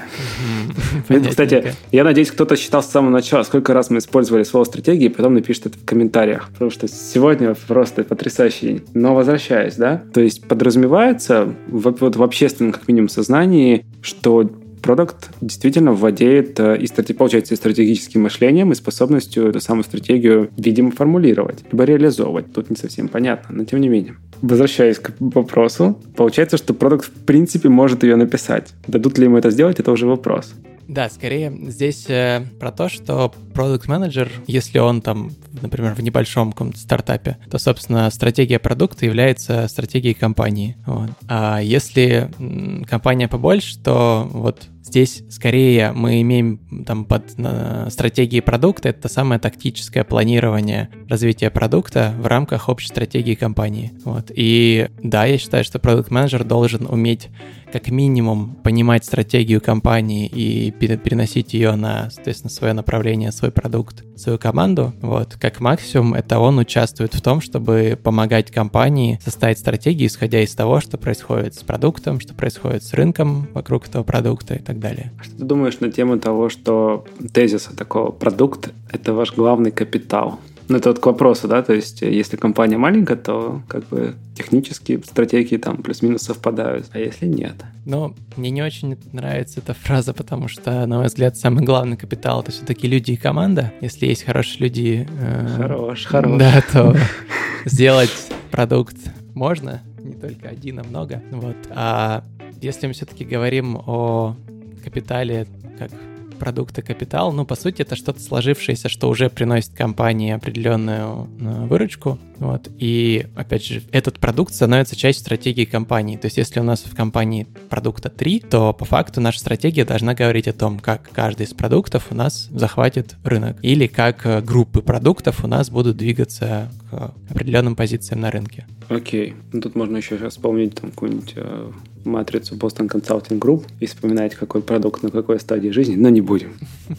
B: Это, кстати, я надеюсь, кто-то считал с самого начала, сколько раз мы использовали слово «стратегия», и потом напишет это в комментариях, потому что сегодня просто потрясающий день. Но возвращаясь, да, то есть подразумевается в, вот в общественном, как минимум, сознании, что продукт действительно владеет и, получается, и стратегическим мышлением, и способностью эту самую стратегию, видимо, формулировать, либо реализовывать. Тут не совсем понятно, но тем не менее. Возвращаясь к вопросу, получается, что продукт в принципе может ее написать. Дадут ли ему это сделать, это уже вопрос.
A: Да, скорее здесь э, про то, что продукт-менеджер, если он там, например, в небольшом каком-то стартапе, то, собственно, стратегия продукта является стратегией компании. Вот. А если м, компания побольше, то вот здесь скорее мы имеем там под на, стратегией продукта, это самое тактическое планирование развития продукта в рамках общей стратегии компании. Вот. И да, я считаю, что продукт-менеджер должен уметь как минимум понимать стратегию компании и переносить ее на, соответственно, свое направление, свой продукт, свою команду. Вот. Как максимум, это он участвует в том, чтобы помогать компании составить стратегию, исходя из того, что происходит с продуктом, что происходит с рынком вокруг этого продукта и так далее.
B: Что ты думаешь на тему того, что тезиса такого: продукт — это ваш главный капитал? Ну, это вот к вопросу, да, то есть если компания маленькая, то как бы технические стратегии там плюс-минус совпадают, а если нет?
A: Ну, мне не очень нравится эта фраза, потому что, на мой взгляд, самый главный капитал — это все-таки люди и команда. Если есть хорошие люди... Э,
B: хорош, хорош.
A: Да, то сделать продукт можно, не только один, а много. Вот. А если мы все-таки говорим о капитале как продукт и капитал, ну, по сути, это что-то сложившееся, что уже приносит компании определенную выручку, вот, и, опять же, этот продукт становится частью стратегии компании, то есть если у нас в компании продукта три, то по факту наша стратегия должна говорить о том, как каждый из продуктов у нас захватит рынок, или как группы продуктов у нас будут двигаться к определенным позициям на рынке.
B: Окей, ну тут можно еще сейчас вспомнить там какую-нибудь э, матрицу Boston Consulting Group и вспоминать, какой продукт на какой стадии жизни, но не будем.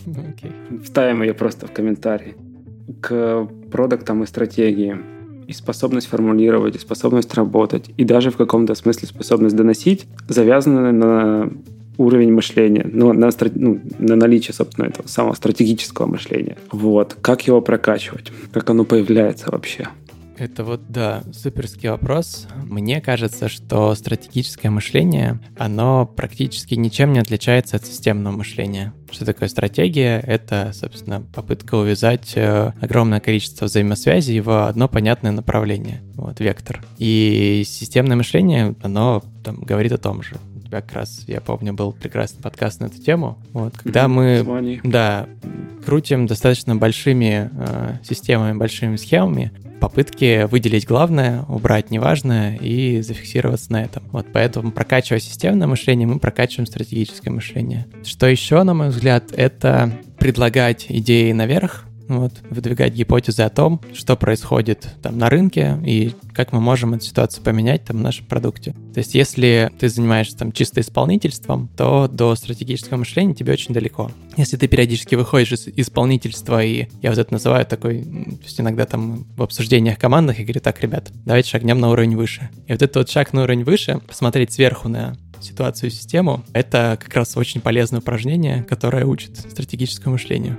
B: Okay. Вставим ее просто в комментарии. К продуктам и стратегии. И способность формулировать, и способность работать, и даже в каком-то смысле способность доносить завязаны на уровень мышления, ну, на, ну, на наличие, собственно, этого самого стратегического мышления. Вот. Как его прокачивать? Как оно появляется вообще?
A: Это вот, да, суперский вопрос. Мне кажется, что стратегическое мышление, оно практически ничем не отличается от системного мышления. Что такое стратегия? Это, собственно, попытка увязать огромное количество взаимосвязей в одно понятное направление, вот, вектор. И системное мышление, оно там говорит о том же. У тебя как раз, я помню, был прекрасный подкаст на эту тему. Вот, когда мы,
B: Звони.
A: да, крутим достаточно большими э, системами, большими схемами, попытки выделить главное, убрать неважное и зафиксироваться на этом. Вот поэтому, прокачивая системное мышление, мы прокачиваем стратегическое мышление. Что еще, на мой взгляд, это предлагать идеи наверх, вот, выдвигать гипотезы о том, что происходит там на рынке и как мы можем эту ситуацию поменять там в нашем продукте. То есть если ты занимаешься там чисто исполнительством, то до стратегического мышления тебе очень далеко. Если ты периодически выходишь из исполнительства, и я вот это называю такой, то есть иногда там в обсуждениях командных я говорю: так, ребят, давайте шагнем на уровень выше. И вот этот вот шаг на уровень выше, посмотреть сверху на ситуацию, систему, это как раз очень полезное упражнение, которое учит стратегическому мышлению.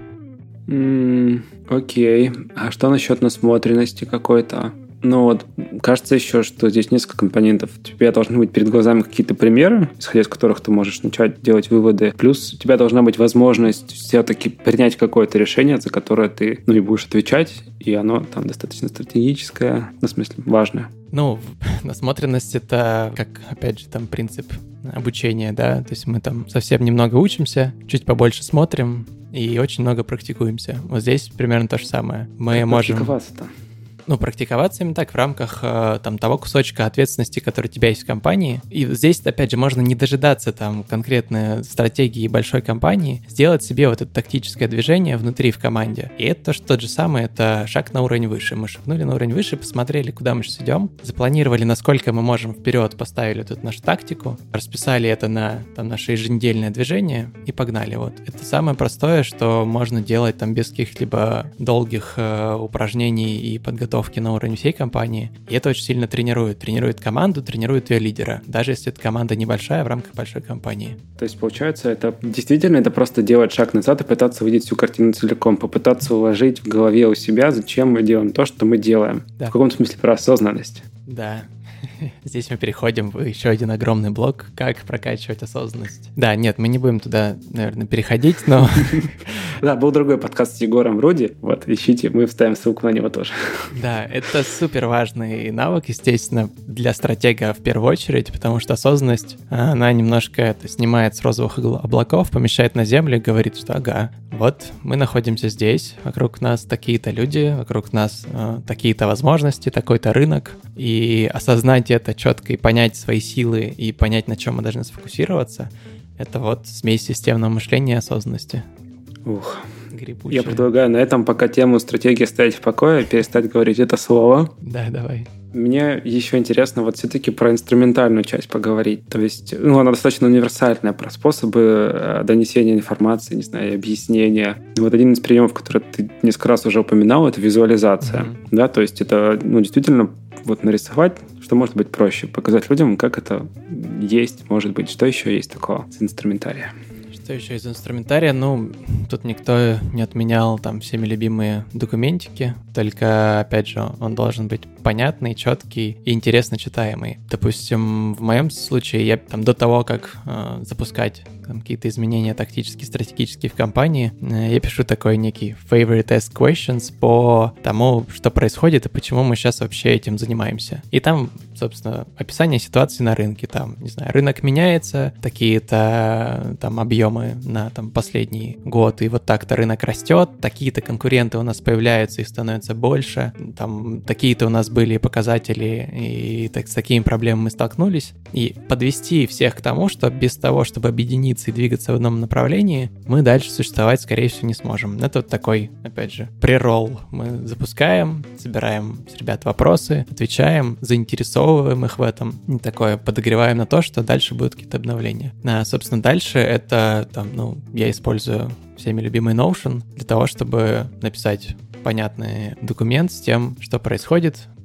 B: Mm, окей. А что насчет насмотренности какой-то? Ну вот, кажется еще, что здесь несколько компонентов. У тебя должны быть перед глазами какие-то примеры, исходя из которых ты можешь начать делать выводы. Плюс у тебя должна быть возможность все-таки принять какое-то решение, за которое ты, ну, и будешь отвечать, и оно там достаточно стратегическое, ну, в смысле, важное.
A: Ну, насмотренность — это, как, опять же, там принцип обучения, да, то есть мы там совсем немного учимся, чуть побольше смотрим и очень много практикуемся. Вот здесь примерно то же самое. Мы
B: как
A: можем...
B: практиковаться-то?
A: Ну, практиковаться именно так в рамках э, там того кусочка ответственности, который у тебя есть в компании. И здесь, опять же, можно не дожидаться там конкретной стратегии большой компании, сделать себе вот это тактическое движение внутри в команде. И это тоже тот же самый, это шаг на уровень выше. Мы шагнули на уровень выше, посмотрели, куда мы сейчас идем, запланировали, насколько мы можем вперед, поставили тут нашу тактику, расписали это на там, наше еженедельное движение и погнали. Вот. Это самое простое, что можно делать там без каких-либо долгих э, упражнений и подготовки на уровень всей компании, и это очень сильно тренирует. Тренирует команду, тренирует ее лидера, даже если эта команда небольшая в рамках большой компании.
B: То есть, получается, это действительно это просто делать шаг назад и пытаться увидеть всю картину целиком, попытаться уложить в голове у себя, зачем мы делаем то, что мы делаем. Да. В каком-то смысле про осознанность.
A: Да. Здесь мы переходим в еще один огромный блок, как прокачивать осознанность. Да, нет, мы не будем туда, наверное, переходить, но...
B: Да, был другой подкаст с Егором Руди, вот, ищите, мы вставим ссылку на него тоже.
A: Да, это супер важный навык, естественно, для стратега в первую очередь, потому что осознанность, она немножко это снимает с розовых облаков, помещает на землю и говорит, что ага, вот мы находимся здесь, вокруг нас такие-то люди, вокруг нас э, такие-то возможности, такой-то рынок, и осознать это четко и понять свои силы и понять, на чем мы должны сфокусироваться, это вот смесь системного мышления и осознанности.
B: Ух.
A: Грибучая.
B: Я предлагаю на этом пока тему стратегии оставить в покое, перестать говорить это слово.
A: Да, давай.
B: Мне еще интересно вот все-таки про инструментальную часть поговорить. То есть, ну, она достаточно универсальная, про способы донесения информации, не знаю, объяснения. И вот один из приемов, который ты несколько раз уже упоминал, это визуализация. Mm-hmm. Да, то есть это, ну, действительно вот нарисовать, что может быть проще, показать людям, как это есть, может быть, что еще есть такого с инструментария.
A: Что еще из инструментария? Ну, тут никто не отменял там всеми любимые документики, только, опять же, он должен быть понятный, четкий и интересно читаемый. Допустим, в моем случае я там до того, как э, запускать там, какие-то изменения тактические, стратегические в компании, э, я пишу такой некий favorite test questions по тому, что происходит и почему мы сейчас вообще этим занимаемся. И там, собственно, описание ситуации на рынке. Там, не знаю, рынок меняется, такие-то там объемы на там, последний год, и вот так-то рынок растет, такие-то конкуренты у нас появляются, их становится больше, там такие-то у нас были показатели, и так, с такими проблемами мы столкнулись. И подвести всех к тому, что без того, чтобы объединиться и двигаться в одном направлении, мы дальше существовать, скорее всего, не сможем. Это вот такой, опять же, преролл. Мы запускаем, собираем с ребят вопросы, отвечаем, заинтересовываем их в этом. И такое подогреваем на то, что дальше будут какие-то обновления. А, собственно, дальше это, там, ну, я использую всеми любимый Notion для того, чтобы написать понятный документ с тем, что происходит,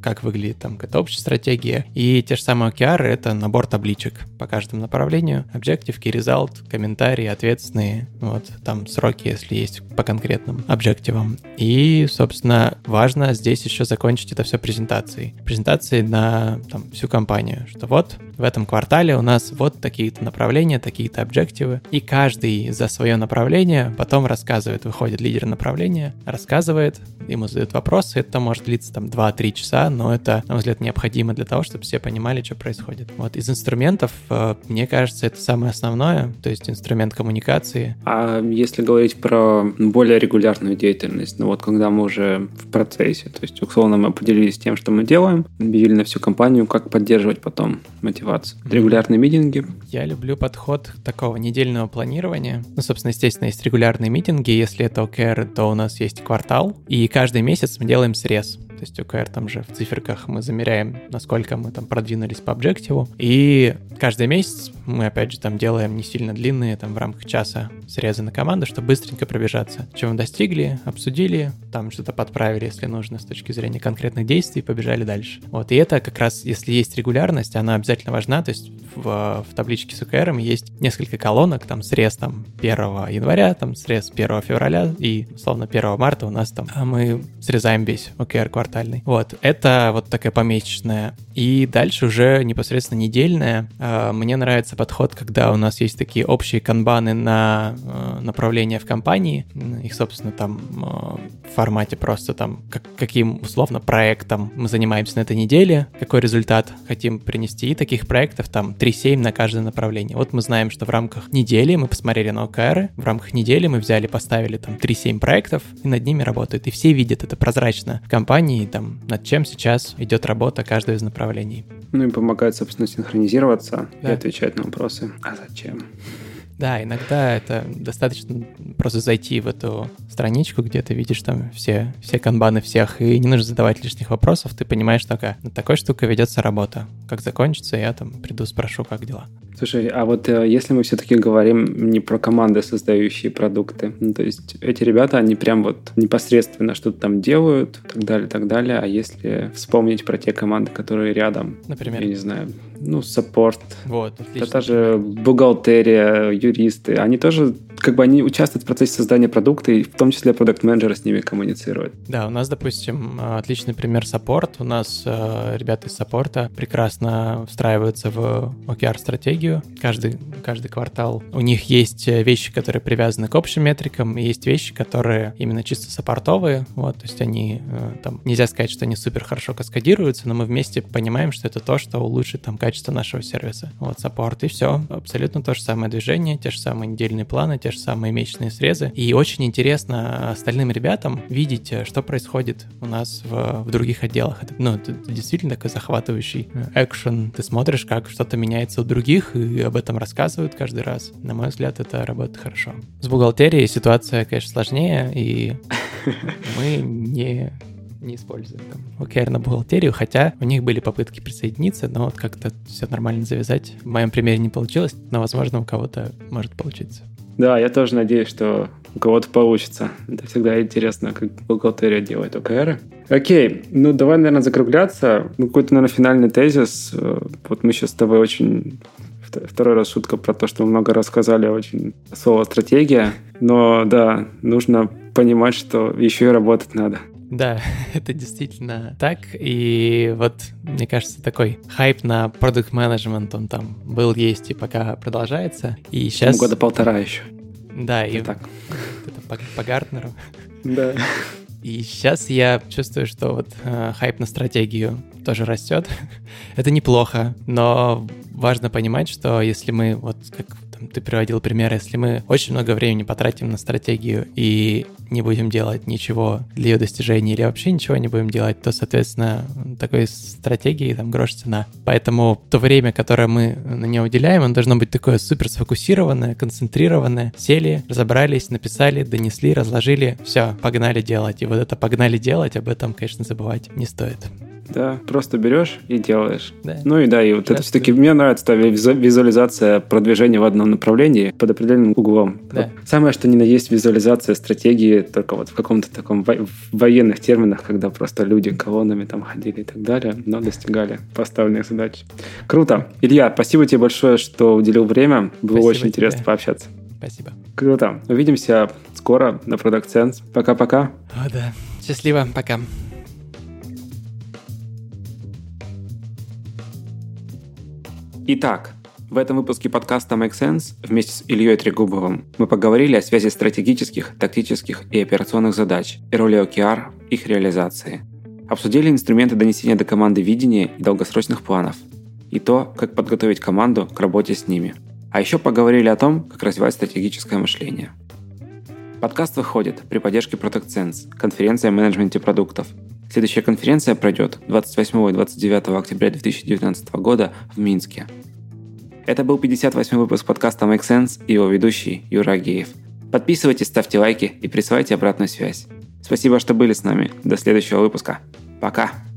A: как выглядит там какая-то общая стратегия. И те же самые ОКР — это набор табличек по каждому направлению. Objective, Key Result, комментарии, ответственные, вот, там сроки, если есть по конкретным объективам. И, собственно, важно здесь еще закончить это все презентацией. Презентацией на там, всю компанию, что вот в этом квартале у нас вот такие-то направления, такие-то объективы, и каждый за свое направление потом рассказывает, выходит лидер направления, рассказывает, ему задают вопросы, это может длиться там два-три часа, но это, на мой взгляд, необходимо для того, чтобы все понимали, что происходит. Вот из инструментов, мне кажется, это самое основное, то есть инструмент коммуникации.
B: А если говорить про более регулярную деятельность, ну вот когда мы уже в процессе, то есть условно мы поделились тем, что мы делаем, объявили на всю компанию, как поддерживать потом мотивацию. Регулярные митинги.
A: Я люблю подход такого недельного планирования. Ну, собственно, естественно, есть регулярные митинги. Если это ОКР, то у нас есть квартал, и каждый месяц мы делаем срез. То есть ОКР там же в циферках мы замеряем, насколько мы там продвинулись по объективу. И каждый месяц мы, опять же, там делаем не сильно длинные, там в рамках часа срезы на команду, чтобы быстренько пробежаться. Чем мы достигли, обсудили, там что-то подправили, если нужно, с точки зрения конкретных действий, побежали дальше. Вот, и это как раз, если есть регулярность, она обязательно важна, то есть в, в табличке с ОКРом есть несколько колонок, там срез там первого января, там срез первого февраля и, условно, первого марта у нас там, а мы срезаем весь ОКР квартальный. Вот, это вот такая помесячная. И дальше уже непосредственно недельная. Мне нравится подход, когда у нас есть такие общие канбаны на направления в компании. Их, собственно, там в формате просто там, как, каким условно проектом мы занимаемся на этой неделе, какой результат хотим принести. И таких проектов там три-семь на каждое направление. Вот мы знаем, что в рамках недели мы посмотрели на ОКРы, в рамках недели мы взяли, поставили там три-семь проектов, и над ними работают. И все видят это прозрачно в компании, там, над чем сейчас идет работа каждого из направлений.
B: Ну и помогает, собственно, синхронизироваться, да, и отвечать на вопросы. А зачем?
A: Да, иногда это достаточно просто зайти в эту страничку, где ты видишь там все, все канбаны всех, и не нужно задавать лишних вопросов, ты понимаешь, что такая, над такой штукой ведется работа. Как закончится, я там приду, спрошу, как дела.
B: Слушай, а вот если мы все-таки говорим не про команды, создающие продукты, ну, то есть эти ребята, они прям вот непосредственно что-то там делают, так далее, так далее, а если вспомнить про те команды, которые рядом,
A: например,
B: я не знаю, ну, саппорт,
A: вот, отлично.
B: Это же бухгалтерия, юристы, они тоже, как бы, они участвуют в процессе создания продукта, и в том числе продакт-менеджеры с ними коммуницируют.
A: Да, у нас, допустим, отличный пример саппорт. У нас э, ребята из саппорта прекрасно встраиваются в о ке ар-стратегию. Каждый, каждый квартал у них есть вещи, которые привязаны к общим метрикам, и есть вещи, которые именно чисто саппортовые. Вот, то есть они э, там, нельзя сказать, что они супер хорошо каскадируются, но мы вместе понимаем, что это то, что улучшит там качество нашего сервиса. Вот, саппорт, и все. Абсолютно то же самое движение, те же самые недельные планы, те же самые месячные срезы. И очень интересно остальным ребятам видеть, что происходит у нас в, в других отделах. Это, ну, это действительно такой захватывающий экшен. Ты смотришь, как что-то меняется у других, и об этом рассказывают каждый раз. На мой взгляд, это работает хорошо. С бухгалтерией ситуация, конечно, сложнее, и мы не... не используют там о ке ар на бухгалтерию, хотя у них были попытки присоединиться, но вот как-то все нормально завязать. В моем примере не получилось, но, возможно, у кого-то может получиться.
B: Да, я тоже надеюсь, что у кого-то получится. Это всегда интересно, как бухгалтерия делает о ке ар. Окей, ну давай, наверное, закругляться. Ну, какой-то, наверное, финальный тезис. Вот мы сейчас с тобой очень... Второй раз шутка про то, что мы много рассказали, очень слово «стратегия». Но да, нужно понимать, что еще и работать надо.
A: Да, это действительно так, и вот, мне кажется, такой хайп на продакт-менеджмент, он там был, есть и пока продолжается, и сейчас...
B: Года полтора еще.
A: Да, и
B: так.
A: Это по, по Гартнеру.
B: Да.
A: И сейчас я чувствую, что вот э, хайп на стратегию тоже растет. Это неплохо, но важно понимать, что если мы, вот как там, ты приводил пример, если мы очень много времени потратим на стратегию и не будем делать ничего для ее достижения или вообще ничего не будем делать, то, соответственно, такой стратегии там грош цена. Поэтому то время, которое мы на нее уделяем, оно должно быть такое супер сфокусированное, концентрированное. Сели, разобрались, написали, донесли, разложили, все, погнали делать. И вот это погнали делать, об этом, конечно, забывать не стоит.
B: Да, просто берешь и делаешь.
A: Да.
B: Ну и да, и вот Сейчас это все-таки ты... мне нравится та визуализация продвижения в одном направлении под определенным углом.
A: Да.
B: Вот самое, что ни на есть визуализация стратегии, только вот в каком-то таком во- в военных терминах, когда просто люди колоннами там ходили и так далее, но достигали поставленных задач. Круто. Илья, спасибо тебе большое, что уделил время. Было
A: Спасибо
B: очень
A: тебе.
B: интересно пообщаться.
A: Спасибо.
B: Круто. Увидимся скоро на Product Sense. Пока-пока.
A: О, да. Счастливо. Пока.
B: Итак, в этом выпуске подкаста Make Sense вместе с Ильей Трегубовым мы поговорили о связи стратегических, тактических и операционных задач и роли о кей ар в их реализации. Обсудили инструменты донесения до команды видения и долгосрочных планов и то, как подготовить команду к работе с ними. А еще поговорили о том, как развивать стратегическое мышление. Подкаст выходит при поддержке Product Sense, конференция о менеджменте продуктов. Следующая конференция пройдет двадцать восьмого и двадцать девятого октября две тысячи девятнадцатого года в Минске. Это был пятьдесят восьмой выпуск подкаста Make Sense и его ведущий Юра Агеев. Подписывайтесь, ставьте лайки и присылайте обратную связь. Спасибо, что были с нами. До следующего выпуска. Пока!